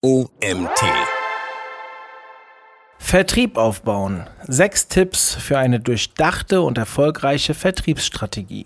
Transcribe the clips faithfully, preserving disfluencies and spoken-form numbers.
O M T. Vertrieb aufbauen. Sechs Tipps für eine durchdachte und erfolgreiche Vertriebsstrategie.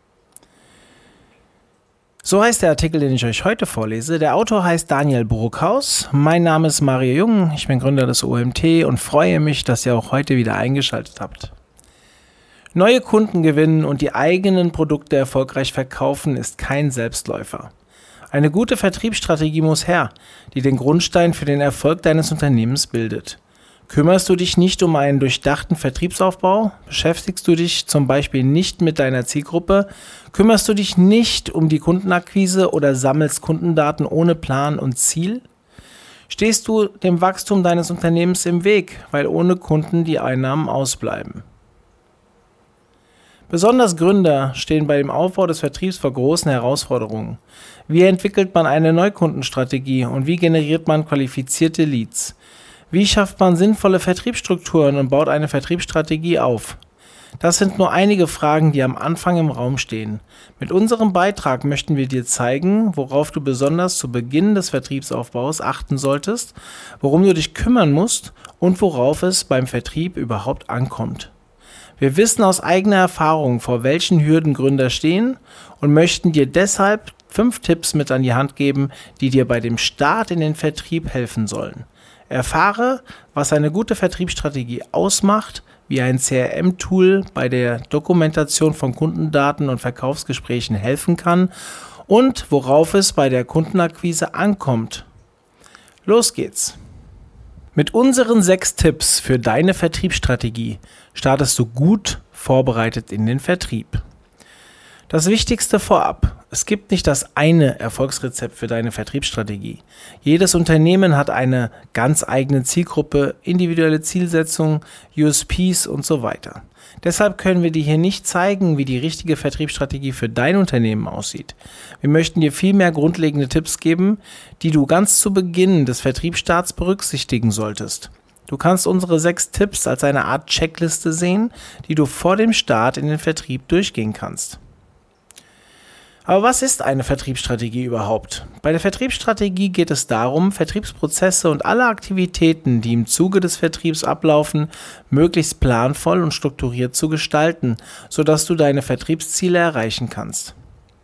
So heißt der Artikel, den ich euch heute vorlese. Der Autor heißt Daniel Bruckhaus. Mein Name ist Mario Jung, ich bin Gründer des O M T und freue mich, dass ihr auch heute wieder eingeschaltet habt. Neue Kunden gewinnen und die eigenen Produkte erfolgreich verkaufen ist kein Selbstläufer. Eine gute Vertriebsstrategie muss her, die den Grundstein für den Erfolg deines Unternehmens bildet. Kümmerst du dich nicht um einen durchdachten Vertriebsaufbau? Beschäftigst du dich zum Beispiel nicht mit deiner Zielgruppe? Kümmerst du dich nicht um die Kundenakquise oder sammelst Kundendaten ohne Plan und Ziel? Stehst du dem Wachstum deines Unternehmens im Weg, weil ohne Kunden die Einnahmen ausbleiben? Besonders Gründer stehen bei dem Aufbau des Vertriebs vor großen Herausforderungen. Wie entwickelt man eine Neukundenstrategie und wie generiert man qualifizierte Leads? Wie schafft man sinnvolle Vertriebsstrukturen und baut eine Vertriebsstrategie auf? Das sind nur einige Fragen, die am Anfang im Raum stehen. Mit unserem Beitrag möchten wir dir zeigen, worauf du besonders zu Beginn des Vertriebsaufbaus achten solltest, worum du dich kümmern musst und worauf es beim Vertrieb überhaupt ankommt. Wir wissen aus eigener Erfahrung, vor welchen Hürden Gründer stehen und möchten dir deshalb fünf Tipps mit an die Hand geben, die dir bei dem Start in den Vertrieb helfen sollen. Erfahre, was eine gute Vertriebsstrategie ausmacht, wie ein C R M-Tool bei der Dokumentation von Kundendaten und Verkaufsgesprächen helfen kann und worauf es bei der Kundenakquise ankommt. Los geht's! Mit unseren sechs Tipps für deine Vertriebsstrategie startest du gut vorbereitet in den Vertrieb. Das Wichtigste vorab: Es gibt nicht das eine Erfolgsrezept für deine Vertriebsstrategie. Jedes Unternehmen hat eine ganz eigene Zielgruppe, individuelle Zielsetzungen, U S Ps und so weiter. Deshalb können wir dir hier nicht zeigen, wie die richtige Vertriebsstrategie für dein Unternehmen aussieht. Wir möchten dir vielmehr grundlegende Tipps geben, die du ganz zu Beginn des Vertriebsstarts berücksichtigen solltest. Du kannst unsere sechs Tipps als eine Art Checkliste sehen, die du vor dem Start in den Vertrieb durchgehen kannst. Aber was ist eine Vertriebsstrategie überhaupt? Bei der Vertriebsstrategie geht es darum, Vertriebsprozesse und alle Aktivitäten, die im Zuge des Vertriebs ablaufen, möglichst planvoll und strukturiert zu gestalten, sodass du deine Vertriebsziele erreichen kannst.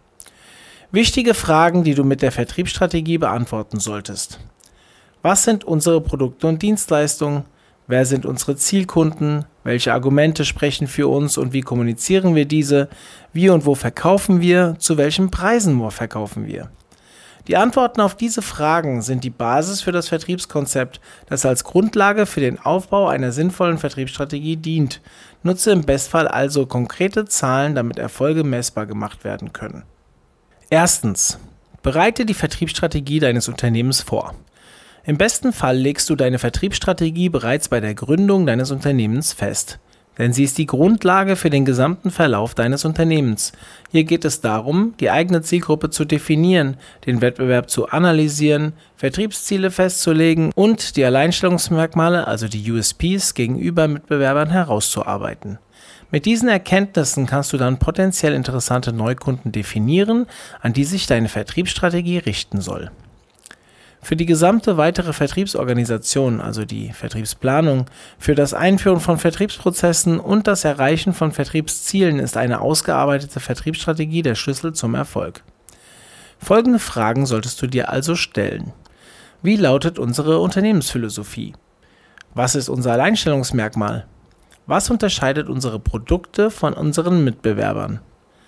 Wichtige Fragen, die du mit der Vertriebsstrategie beantworten solltest. Was sind unsere Produkte und Dienstleistungen? Wer sind unsere Zielkunden? Welche Argumente sprechen für uns und wie kommunizieren wir diese? Wie und wo verkaufen wir? Zu welchen Preisen wo verkaufen wir? Die Antworten auf diese Fragen sind die Basis für das Vertriebskonzept, das als Grundlage für den Aufbau einer sinnvollen Vertriebsstrategie dient. Nutze im Bestfall also konkrete Zahlen, damit Erfolge messbar gemacht werden können. Erstens: Bereite die Vertriebsstrategie deines Unternehmens vor. Im besten Fall legst du deine Vertriebsstrategie bereits bei der Gründung deines Unternehmens fest, denn sie ist die Grundlage für den gesamten Verlauf deines Unternehmens. Hier geht es darum, die eigene Zielgruppe zu definieren, den Wettbewerb zu analysieren, Vertriebsziele festzulegen und die Alleinstellungsmerkmale, also die U S Ps, gegenüber Mitbewerbern herauszuarbeiten. Mit diesen Erkenntnissen kannst du dann potenziell interessante Neukunden definieren, an die sich deine Vertriebsstrategie richten soll. Für die gesamte weitere Vertriebsorganisation, also die Vertriebsplanung, für das Einführen von Vertriebsprozessen und das Erreichen von Vertriebszielen ist eine ausgearbeitete Vertriebsstrategie der Schlüssel zum Erfolg. Folgende Fragen solltest du dir also stellen. Wie lautet unsere Unternehmensphilosophie? Was ist unser Alleinstellungsmerkmal? Was unterscheidet unsere Produkte von unseren Mitbewerbern?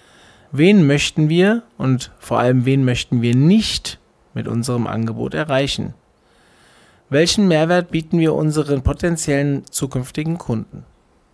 Wen möchten wir und vor allem wen möchten wir nicht mit unserem Angebot erreichen? Welchen Mehrwert bieten wir unseren potenziellen zukünftigen Kunden?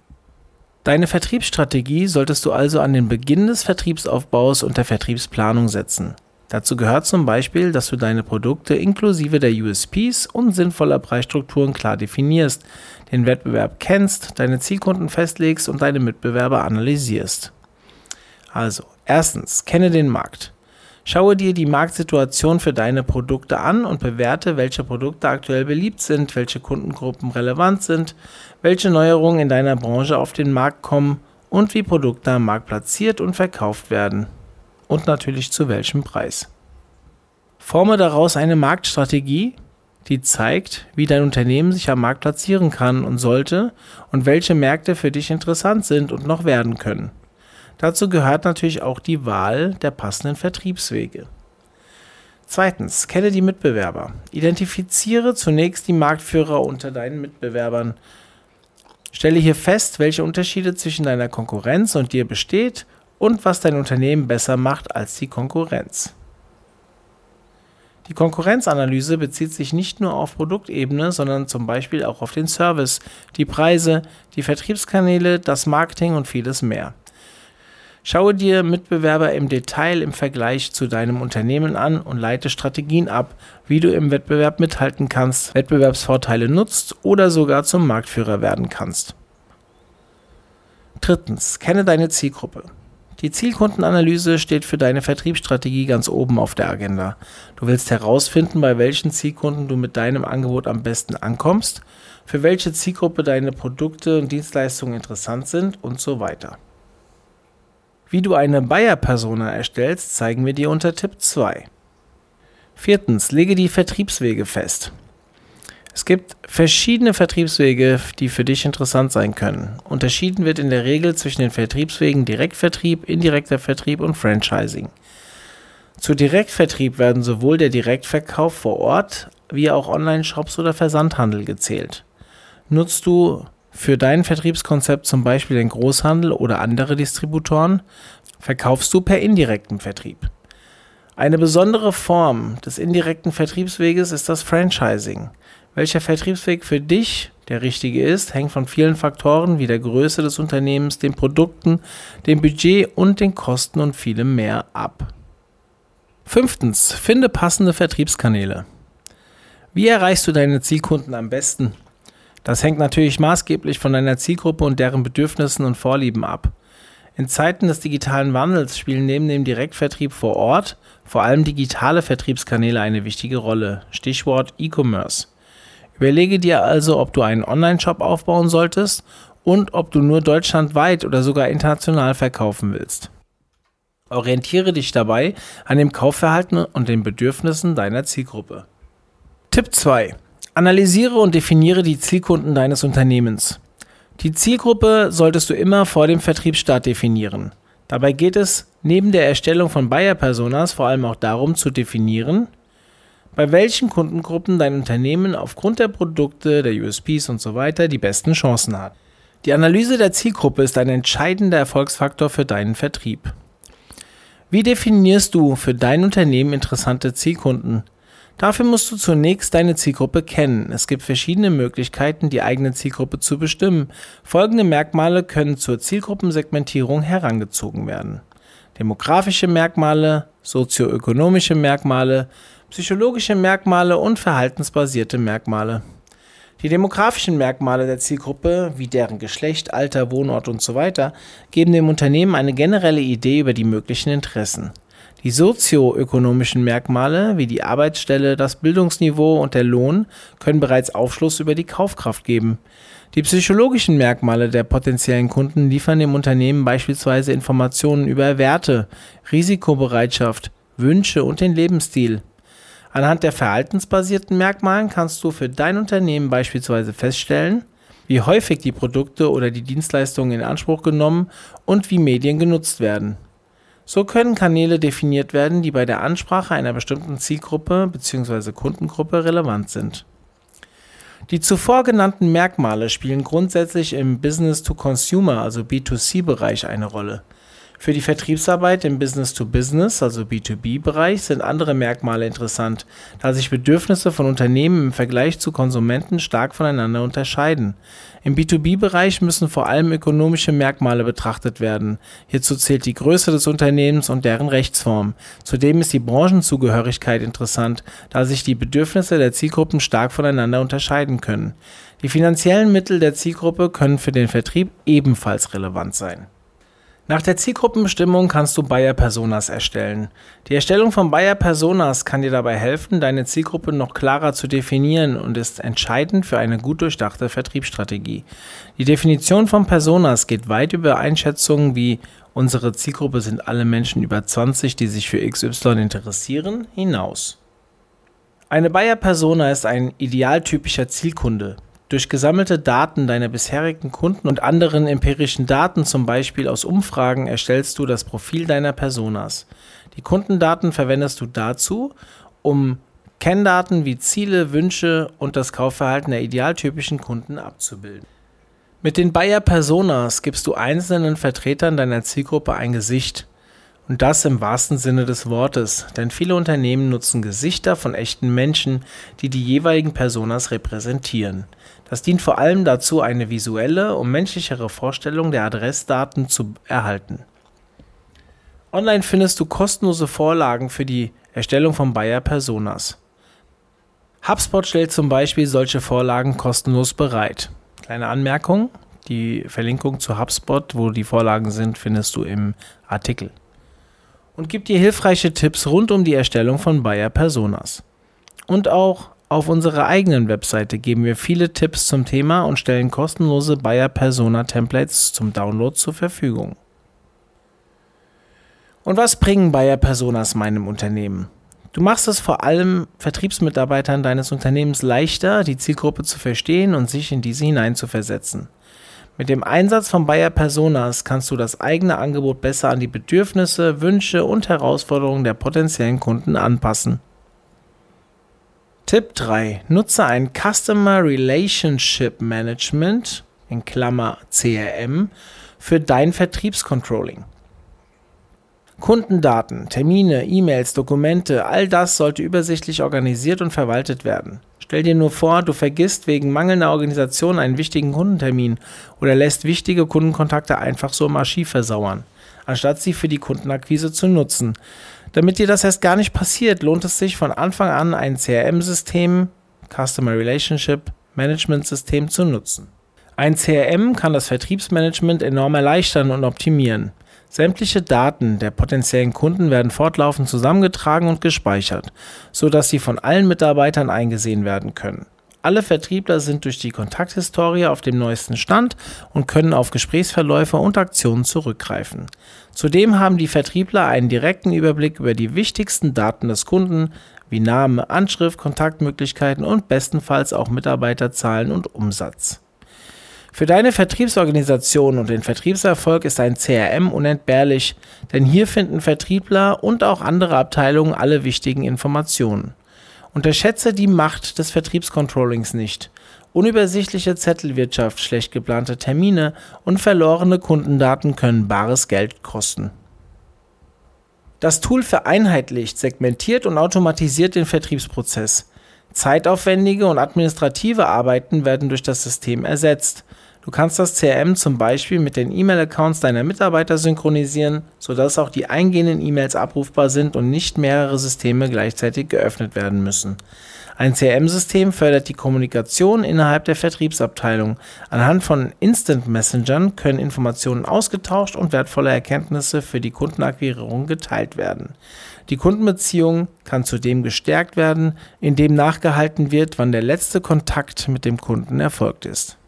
Deine Vertriebsstrategie solltest du also an den Beginn des Vertriebsaufbaus und der Vertriebsplanung setzen. Dazu gehört zum Beispiel, dass du deine Produkte inklusive der U S Ps und sinnvoller Preisstrukturen klar definierst, den Wettbewerb kennst, deine Zielkunden festlegst und deine Mitbewerber analysierst. Also, erstens, kenne den Markt. Schaue dir die Marktsituation für deine Produkte an und bewerte, welche Produkte aktuell beliebt sind, welche Kundengruppen relevant sind, welche Neuerungen in deiner Branche auf den Markt kommen und wie Produkte am Markt platziert und verkauft werden. Und natürlich zu welchem Preis. Forme daraus eine Marktstrategie, die zeigt, wie dein Unternehmen sich am Markt platzieren kann und sollte und welche Märkte für dich interessant sind und noch werden können. Dazu gehört natürlich auch die Wahl der passenden Vertriebswege. Zweitens, kenne die Mitbewerber. Identifiziere zunächst die Marktführer unter deinen Mitbewerbern. Stelle hier fest, welche Unterschiede zwischen deiner Konkurrenz und dir besteht und was dein Unternehmen besser macht als die Konkurrenz. Die Konkurrenzanalyse bezieht sich nicht nur auf Produktebene, sondern zum Beispiel auch auf den Service, die Preise, die Vertriebskanäle, das Marketing und vieles mehr. Schaue dir Mitbewerber im Detail im Vergleich zu deinem Unternehmen an und leite Strategien ab, wie du im Wettbewerb mithalten kannst, Wettbewerbsvorteile nutzt oder sogar zum Marktführer werden kannst. Drittens, kenne deine Zielgruppe. Die Zielkundenanalyse steht für deine Vertriebsstrategie ganz oben auf der Agenda. Du willst herausfinden, bei welchen Zielkunden du mit deinem Angebot am besten ankommst, für welche Zielgruppe deine Produkte und Dienstleistungen interessant sind und so weiter. Wie du eine Buyer-Persona erstellst, zeigen wir dir unter Tipp zwei. Viertens, lege die Vertriebswege fest. Es gibt verschiedene Vertriebswege, die für dich interessant sein können. Unterschieden wird in der Regel zwischen den Vertriebswegen Direktvertrieb, indirekter Vertrieb und Franchising. Zu Direktvertrieb werden sowohl der Direktverkauf vor Ort wie auch Online-Shops oder Versandhandel gezählt. Nutzt du für dein Vertriebskonzept zum Beispiel den Großhandel oder andere Distributoren, verkaufst du per indirekten Vertrieb. Eine besondere Form des indirekten Vertriebsweges ist das Franchising. Welcher Vertriebsweg für dich der richtige ist, hängt von vielen Faktoren wie der Größe des Unternehmens, den Produkten, dem Budget und den Kosten und vielem mehr ab. Fünftens, finde passende Vertriebskanäle. Wie erreichst du deine Zielkunden am besten? Das hängt natürlich maßgeblich von deiner Zielgruppe und deren Bedürfnissen und Vorlieben ab. In Zeiten des digitalen Wandels spielen neben dem Direktvertrieb vor Ort vor allem digitale Vertriebskanäle eine wichtige Rolle. Stichwort E-Commerce. Überlege dir also, ob du einen Online-Shop aufbauen solltest und ob du nur deutschlandweit oder sogar international verkaufen willst. Orientiere dich dabei an dem Kaufverhalten und den Bedürfnissen deiner Zielgruppe. Tipp zwei. Analysiere und definiere die Zielkunden deines Unternehmens. Die Zielgruppe solltest du immer vor dem Vertriebsstart definieren. Dabei geht es neben der Erstellung von Buyer-Personas vor allem auch darum zu definieren, bei welchen Kundengruppen dein Unternehmen aufgrund der Produkte, der U S Ps und so weiter die besten Chancen hat. Die Analyse der Zielgruppe ist ein entscheidender Erfolgsfaktor für deinen Vertrieb. Wie definierst du für dein Unternehmen interessante Zielkunden? Dafür musst du zunächst deine Zielgruppe kennen. Es gibt verschiedene Möglichkeiten, die eigene Zielgruppe zu bestimmen. Folgende Merkmale können zur Zielgruppensegmentierung herangezogen werden: demografische Merkmale, sozioökonomische Merkmale, psychologische Merkmale und verhaltensbasierte Merkmale. Die demografischen Merkmale der Zielgruppe, wie deren Geschlecht, Alter, Wohnort und so weiter, geben dem Unternehmen eine generelle Idee über die möglichen Interessen. Die sozioökonomischen Merkmale, wie die Arbeitsstelle, das Bildungsniveau und der Lohn, können bereits Aufschluss über die Kaufkraft geben. Die psychologischen Merkmale der potenziellen Kunden liefern dem Unternehmen beispielsweise Informationen über Werte, Risikobereitschaft, Wünsche und den Lebensstil. Anhand der verhaltensbasierten Merkmalen kannst du für dein Unternehmen beispielsweise feststellen, wie häufig die Produkte oder die Dienstleistungen in Anspruch genommen und wie Medien genutzt werden. So können Kanäle definiert werden, die bei der Ansprache einer bestimmten Zielgruppe bzw. Kundengruppe relevant sind. Die zuvor genannten Merkmale spielen grundsätzlich im Business-to-Consumer, also B zwei C-Bereich eine Rolle. Für die Vertriebsarbeit im Business-to-Business, also B zwei B-Bereich, sind andere Merkmale interessant, da sich Bedürfnisse von Unternehmen im Vergleich zu Konsumenten stark voneinander unterscheiden. Im B zwei B-Bereich müssen vor allem ökonomische Merkmale betrachtet werden. Hierzu zählt die Größe des Unternehmens und deren Rechtsform. Zudem ist die Branchenzugehörigkeit interessant, da sich die Bedürfnisse der Zielgruppen stark voneinander unterscheiden können. Die finanziellen Mittel der Zielgruppe können für den Vertrieb ebenfalls relevant sein. Nach der Zielgruppenbestimmung kannst du Buyer-Personas erstellen. Die Erstellung von Buyer-Personas kann dir dabei helfen, deine Zielgruppe noch klarer zu definieren und ist entscheidend für eine gut durchdachte Vertriebsstrategie. Die Definition von Personas geht weit über Einschätzungen wie unsere Zielgruppe sind alle Menschen über zwanzig, die sich für X Y interessieren, hinaus. Eine Buyer-Persona ist ein idealtypischer Zielkunde. Durch gesammelte Daten deiner bisherigen Kunden und anderen empirischen Daten, zum Beispiel aus Umfragen, erstellst du das Profil deiner Personas. Die Kundendaten verwendest du dazu, um Kenndaten wie Ziele, Wünsche und das Kaufverhalten der idealtypischen Kunden abzubilden. Mit den Buyer-Personas gibst du einzelnen Vertretern deiner Zielgruppe ein Gesicht. Und das im wahrsten Sinne des Wortes, denn viele Unternehmen nutzen Gesichter von echten Menschen, die die jeweiligen Personas repräsentieren. Das dient vor allem dazu, eine visuelle und menschlichere Vorstellung der Adressdaten zu erhalten. Online findest du kostenlose Vorlagen für die Erstellung von Buyer-Personas. HubSpot stellt zum Beispiel solche Vorlagen kostenlos bereit. Kleine Anmerkung, die Verlinkung zu HubSpot, wo die Vorlagen sind, findest du im Artikel. Und gibt dir hilfreiche Tipps rund um die Erstellung von Buyer-Personas. Und auch auf unserer eigenen Webseite geben wir viele Tipps zum Thema und stellen kostenlose Buyer-Persona-Templates zum Download zur Verfügung. Und was bringen Buyer-Personas meinem Unternehmen? Du machst es vor allem Vertriebsmitarbeitern deines Unternehmens leichter, die Zielgruppe zu verstehen und sich in diese hineinzuversetzen. Mit dem Einsatz von Buyer-Personas kannst du das eigene Angebot besser an die Bedürfnisse, Wünsche und Herausforderungen der potenziellen Kunden anpassen. Tipp drei. Nutze ein Customer Relationship Management, in Klammer C R M, für dein Vertriebscontrolling. Kundendaten, Termine, E-Mails, Dokumente, all das sollte übersichtlich organisiert und verwaltet werden. Stell dir nur vor, du vergisst wegen mangelnder Organisation einen wichtigen Kundentermin oder lässt wichtige Kundenkontakte einfach so im Archiv versauern, anstatt sie für die Kundenakquise zu nutzen. Damit dir das erst gar nicht passiert, lohnt es sich von Anfang an ein C R M-System, Customer Relationship Management System, zu nutzen. Ein C R M kann das Vertriebsmanagement enorm erleichtern und optimieren. Sämtliche Daten der potenziellen Kunden werden fortlaufend zusammengetragen und gespeichert, sodass sie von allen Mitarbeitern eingesehen werden können. Alle Vertriebler sind durch die Kontakthistorie auf dem neuesten Stand und können auf Gesprächsverläufe und Aktionen zurückgreifen. Zudem haben die Vertriebler einen direkten Überblick über die wichtigsten Daten des Kunden, wie Name, Anschrift, Kontaktmöglichkeiten und bestenfalls auch Mitarbeiterzahlen und Umsatz. Für deine Vertriebsorganisation und den Vertriebserfolg ist ein C R M unentbehrlich, denn hier finden Vertriebler und auch andere Abteilungen alle wichtigen Informationen. Unterschätze die Macht des Vertriebscontrollings nicht. Unübersichtliche Zettelwirtschaft, schlecht geplante Termine und verlorene Kundendaten können bares Geld kosten. Das Tool vereinheitlicht, segmentiert und automatisiert den Vertriebsprozess. Zeitaufwendige und administrative Arbeiten werden durch das System ersetzt. Du kannst das C R M zum Beispiel mit den E-Mail-Accounts deiner Mitarbeiter synchronisieren, sodass auch die eingehenden E-Mails abrufbar sind und nicht mehrere Systeme gleichzeitig geöffnet werden müssen. Ein C R M-System fördert die Kommunikation innerhalb der Vertriebsabteilung. Anhand von Instant-Messengern können Informationen ausgetauscht und wertvolle Erkenntnisse für die Kundenakquirierung geteilt werden. Die Kundenbeziehung kann zudem gestärkt werden, indem nachgehalten wird, wann der letzte Kontakt mit dem Kunden erfolgt ist.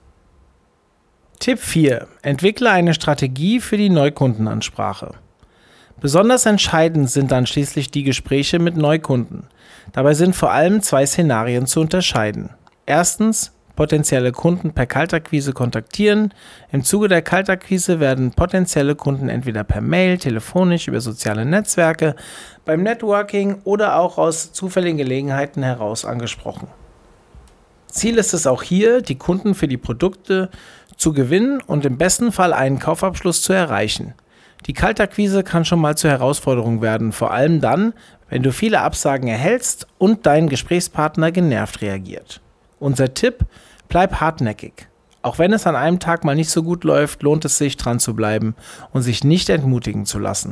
Tipp vier. Entwickle eine Strategie für die Neukundenansprache. Besonders entscheidend sind dann schließlich die Gespräche mit Neukunden. Dabei sind vor allem zwei Szenarien zu unterscheiden. Erstens, potenzielle Kunden per Kaltakquise kontaktieren. Im Zuge der Kaltakquise werden potenzielle Kunden entweder per Mail, telefonisch, über soziale Netzwerke, beim Networking oder auch aus zufälligen Gelegenheiten heraus angesprochen. Ziel ist es auch hier, die Kunden für die Produkte zu gewinnen und im besten Fall einen Kaufabschluss zu erreichen. Die Kaltakquise kann schon mal zur Herausforderung werden, vor allem dann, wenn du viele Absagen erhältst und dein Gesprächspartner genervt reagiert. Unser Tipp: bleib hartnäckig. Auch wenn es an einem Tag mal nicht so gut läuft, lohnt es sich, dran zu bleiben und sich nicht entmutigen zu lassen.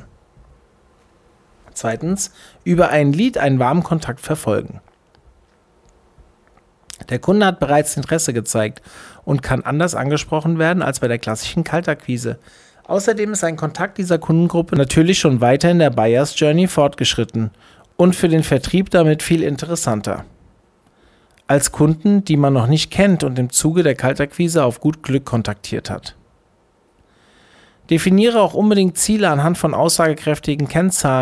Zweitens, über einen Lead einen warmen Kontakt verfolgen. Der Kunde hat bereits Interesse gezeigt und kann anders angesprochen werden als bei der klassischen Kaltakquise. Außerdem ist ein Kontakt dieser Kundengruppe natürlich schon weiter in der Buyers Journey fortgeschritten und für den Vertrieb damit viel interessanter als Kunden, die man noch nicht kennt und im Zuge der Kaltakquise auf gut Glück kontaktiert hat. Definiere auch unbedingt Ziele anhand von aussagekräftigen Kennzahlen,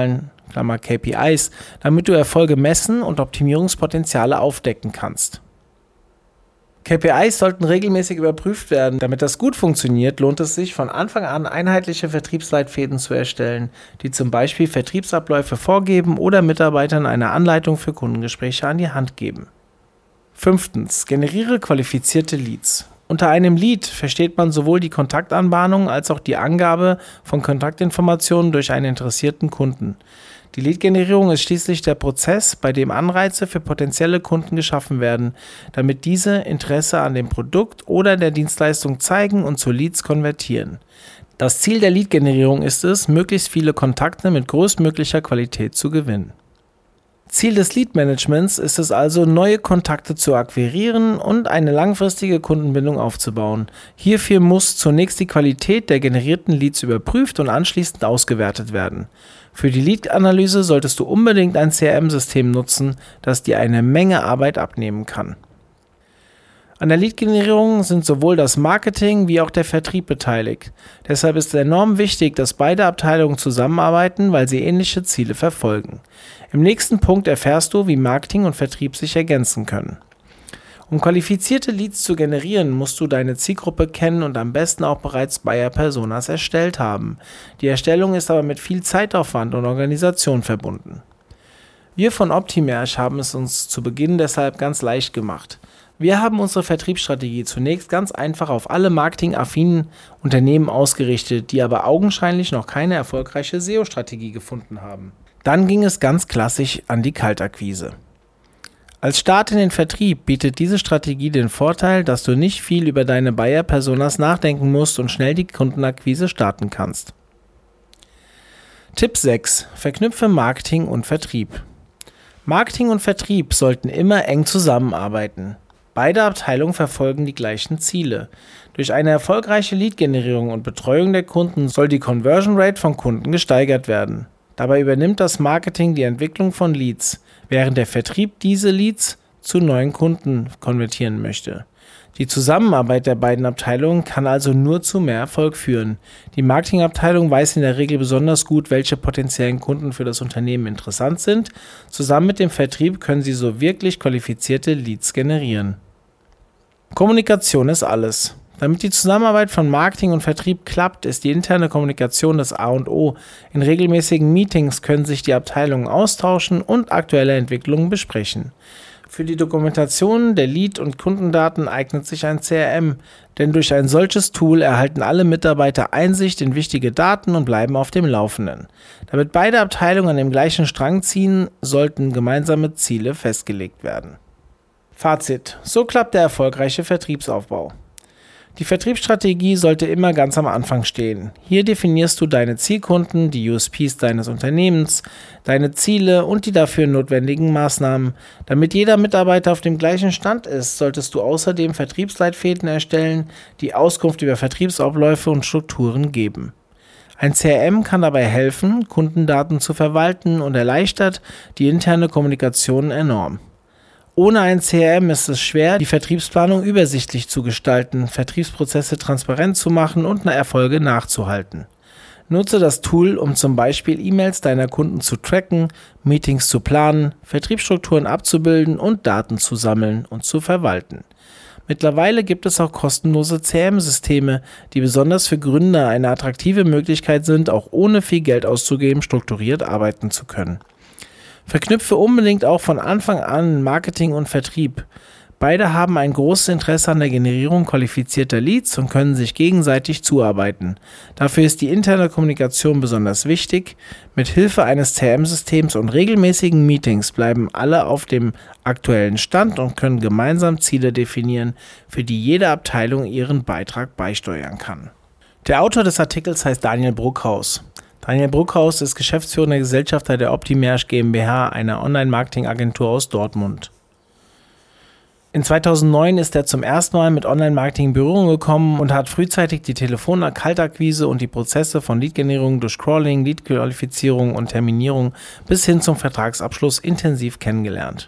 Klammer K P Is, damit du Erfolge messen und Optimierungspotenziale aufdecken kannst. K P Is sollten regelmäßig überprüft werden. Damit das gut funktioniert, lohnt es sich, von Anfang an einheitliche Vertriebsleitfäden zu erstellen, die zum Beispiel Vertriebsabläufe vorgeben oder Mitarbeitern eine Anleitung für Kundengespräche an die Hand geben. Fünftens. Generiere qualifizierte Leads. Unter einem Lead versteht man sowohl die Kontaktanbahnung als auch die Angabe von Kontaktinformationen durch einen interessierten Kunden. Die Lead-Generierung ist schließlich der Prozess, bei dem Anreize für potenzielle Kunden geschaffen werden, damit diese Interesse an dem Produkt oder der Dienstleistung zeigen und zu Leads konvertieren. Das Ziel der Lead-Generierung ist es, möglichst viele Kontakte mit größtmöglicher Qualität zu gewinnen. Ziel des Lead-Managements ist es also, neue Kontakte zu akquirieren und eine langfristige Kundenbindung aufzubauen. Hierfür muss zunächst die Qualität der generierten Leads überprüft und anschließend ausgewertet werden. Für die Lead-Analyse solltest du unbedingt ein C R M-System nutzen, das dir eine Menge Arbeit abnehmen kann. An der Lead-Generierung sind sowohl das Marketing wie auch der Vertrieb beteiligt. Deshalb ist es enorm wichtig, dass beide Abteilungen zusammenarbeiten, weil sie ähnliche Ziele verfolgen. Im nächsten Punkt erfährst du, wie Marketing und Vertrieb sich ergänzen können. Um qualifizierte Leads zu generieren, musst du deine Zielgruppe kennen und am besten auch bereits Buyer-Personas erstellt haben. Die Erstellung ist aber mit viel Zeitaufwand und Organisation verbunden. Wir von Optimerch haben es uns zu Beginn deshalb ganz leicht gemacht. Wir haben unsere Vertriebsstrategie zunächst ganz einfach auf alle marketingaffinen Unternehmen ausgerichtet, die aber augenscheinlich noch keine erfolgreiche S E O-Strategie gefunden haben. Dann ging es ganz klassisch an die Kaltakquise. Als Start in den Vertrieb bietet diese Strategie den Vorteil, dass du nicht viel über deine Buyer-Personas nachdenken musst und schnell die Kundenakquise starten kannst. Tipp sechs. Verknüpfe Marketing und Vertrieb. Marketing und Vertrieb sollten immer eng zusammenarbeiten. Beide Abteilungen verfolgen die gleichen Ziele. Durch eine erfolgreiche Lead-Generierung und Betreuung der Kunden soll die Conversion Rate von Kunden gesteigert werden. Dabei übernimmt das Marketing die Entwicklung von Leads, während der Vertrieb diese Leads zu neuen Kunden konvertieren möchte. Die Zusammenarbeit der beiden Abteilungen kann also nur zu mehr Erfolg führen. Die Marketingabteilung weiß in der Regel besonders gut, welche potenziellen Kunden für das Unternehmen interessant sind. Zusammen mit dem Vertrieb können sie so wirklich qualifizierte Leads generieren. Kommunikation ist alles. Damit die Zusammenarbeit von Marketing und Vertrieb klappt, ist die interne Kommunikation das A und O. In regelmäßigen Meetings können sich die Abteilungen austauschen und aktuelle Entwicklungen besprechen. Für die Dokumentation der Lead- und Kundendaten eignet sich ein C R M, denn durch ein solches Tool erhalten alle Mitarbeiter Einsicht in wichtige Daten und bleiben auf dem Laufenden. Damit beide Abteilungen an dem gleichen Strang ziehen, sollten gemeinsame Ziele festgelegt werden. Fazit: So klappt der erfolgreiche Vertriebsaufbau. Die Vertriebsstrategie sollte immer ganz am Anfang stehen. Hier definierst du deine Zielkunden, die U S Ps deines Unternehmens, deine Ziele und die dafür notwendigen Maßnahmen. Damit jeder Mitarbeiter auf dem gleichen Stand ist, solltest du außerdem Vertriebsleitfäden erstellen, die Auskunft über Vertriebsabläufe und Strukturen geben. Ein C R M kann dabei helfen, Kundendaten zu verwalten und erleichtert die interne Kommunikation enorm. Ohne ein C R M ist es schwer, die Vertriebsplanung übersichtlich zu gestalten, Vertriebsprozesse transparent zu machen und Erfolge nachzuhalten. Nutze das Tool, um zum Beispiel E-Mails deiner Kunden zu tracken, Meetings zu planen, Vertriebsstrukturen abzubilden und Daten zu sammeln und zu verwalten. Mittlerweile gibt es auch kostenlose C R M-Systeme, die besonders für Gründer eine attraktive Möglichkeit sind, auch ohne viel Geld auszugeben, strukturiert arbeiten zu können. Verknüpfe unbedingt auch von Anfang an Marketing und Vertrieb. Beide haben ein großes Interesse an der Generierung qualifizierter Leads und können sich gegenseitig zuarbeiten. Dafür ist die interne Kommunikation besonders wichtig. Mit Hilfe eines C R M-Systems und regelmäßigen Meetings bleiben alle auf dem aktuellen Stand und können gemeinsam Ziele definieren, für die jede Abteilung ihren Beitrag beisteuern kann. Der Autor des Artikels heißt Daniel Bruckhaus. Daniel Bruckhaus ist geschäftsführender Gesellschafter der Optimerch GmbH, einer Online-Marketing-Agentur aus Dortmund. In zweitausendneun ist er zum ersten Mal mit Online-Marketing in Berührung gekommen und hat frühzeitig die Telefon-, Kaltakquise und die Prozesse von Lead-Generierung durch Crawling, Lead-Qualifizierung und Terminierung bis hin zum Vertragsabschluss intensiv kennengelernt.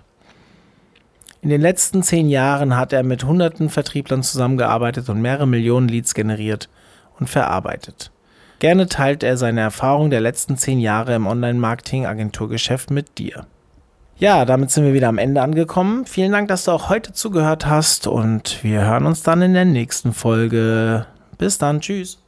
In den letzten zehn Jahren hat er mit hunderten Vertrieblern zusammengearbeitet und mehrere Millionen Leads generiert und verarbeitet. Gerne teilt er seine Erfahrung der letzten zehn Jahre im Online-Marketing-Agenturgeschäft mit dir. Ja, damit sind wir wieder am Ende angekommen. Vielen Dank, dass du auch heute zugehört hast und wir hören uns dann in der nächsten Folge. Bis dann, tschüss.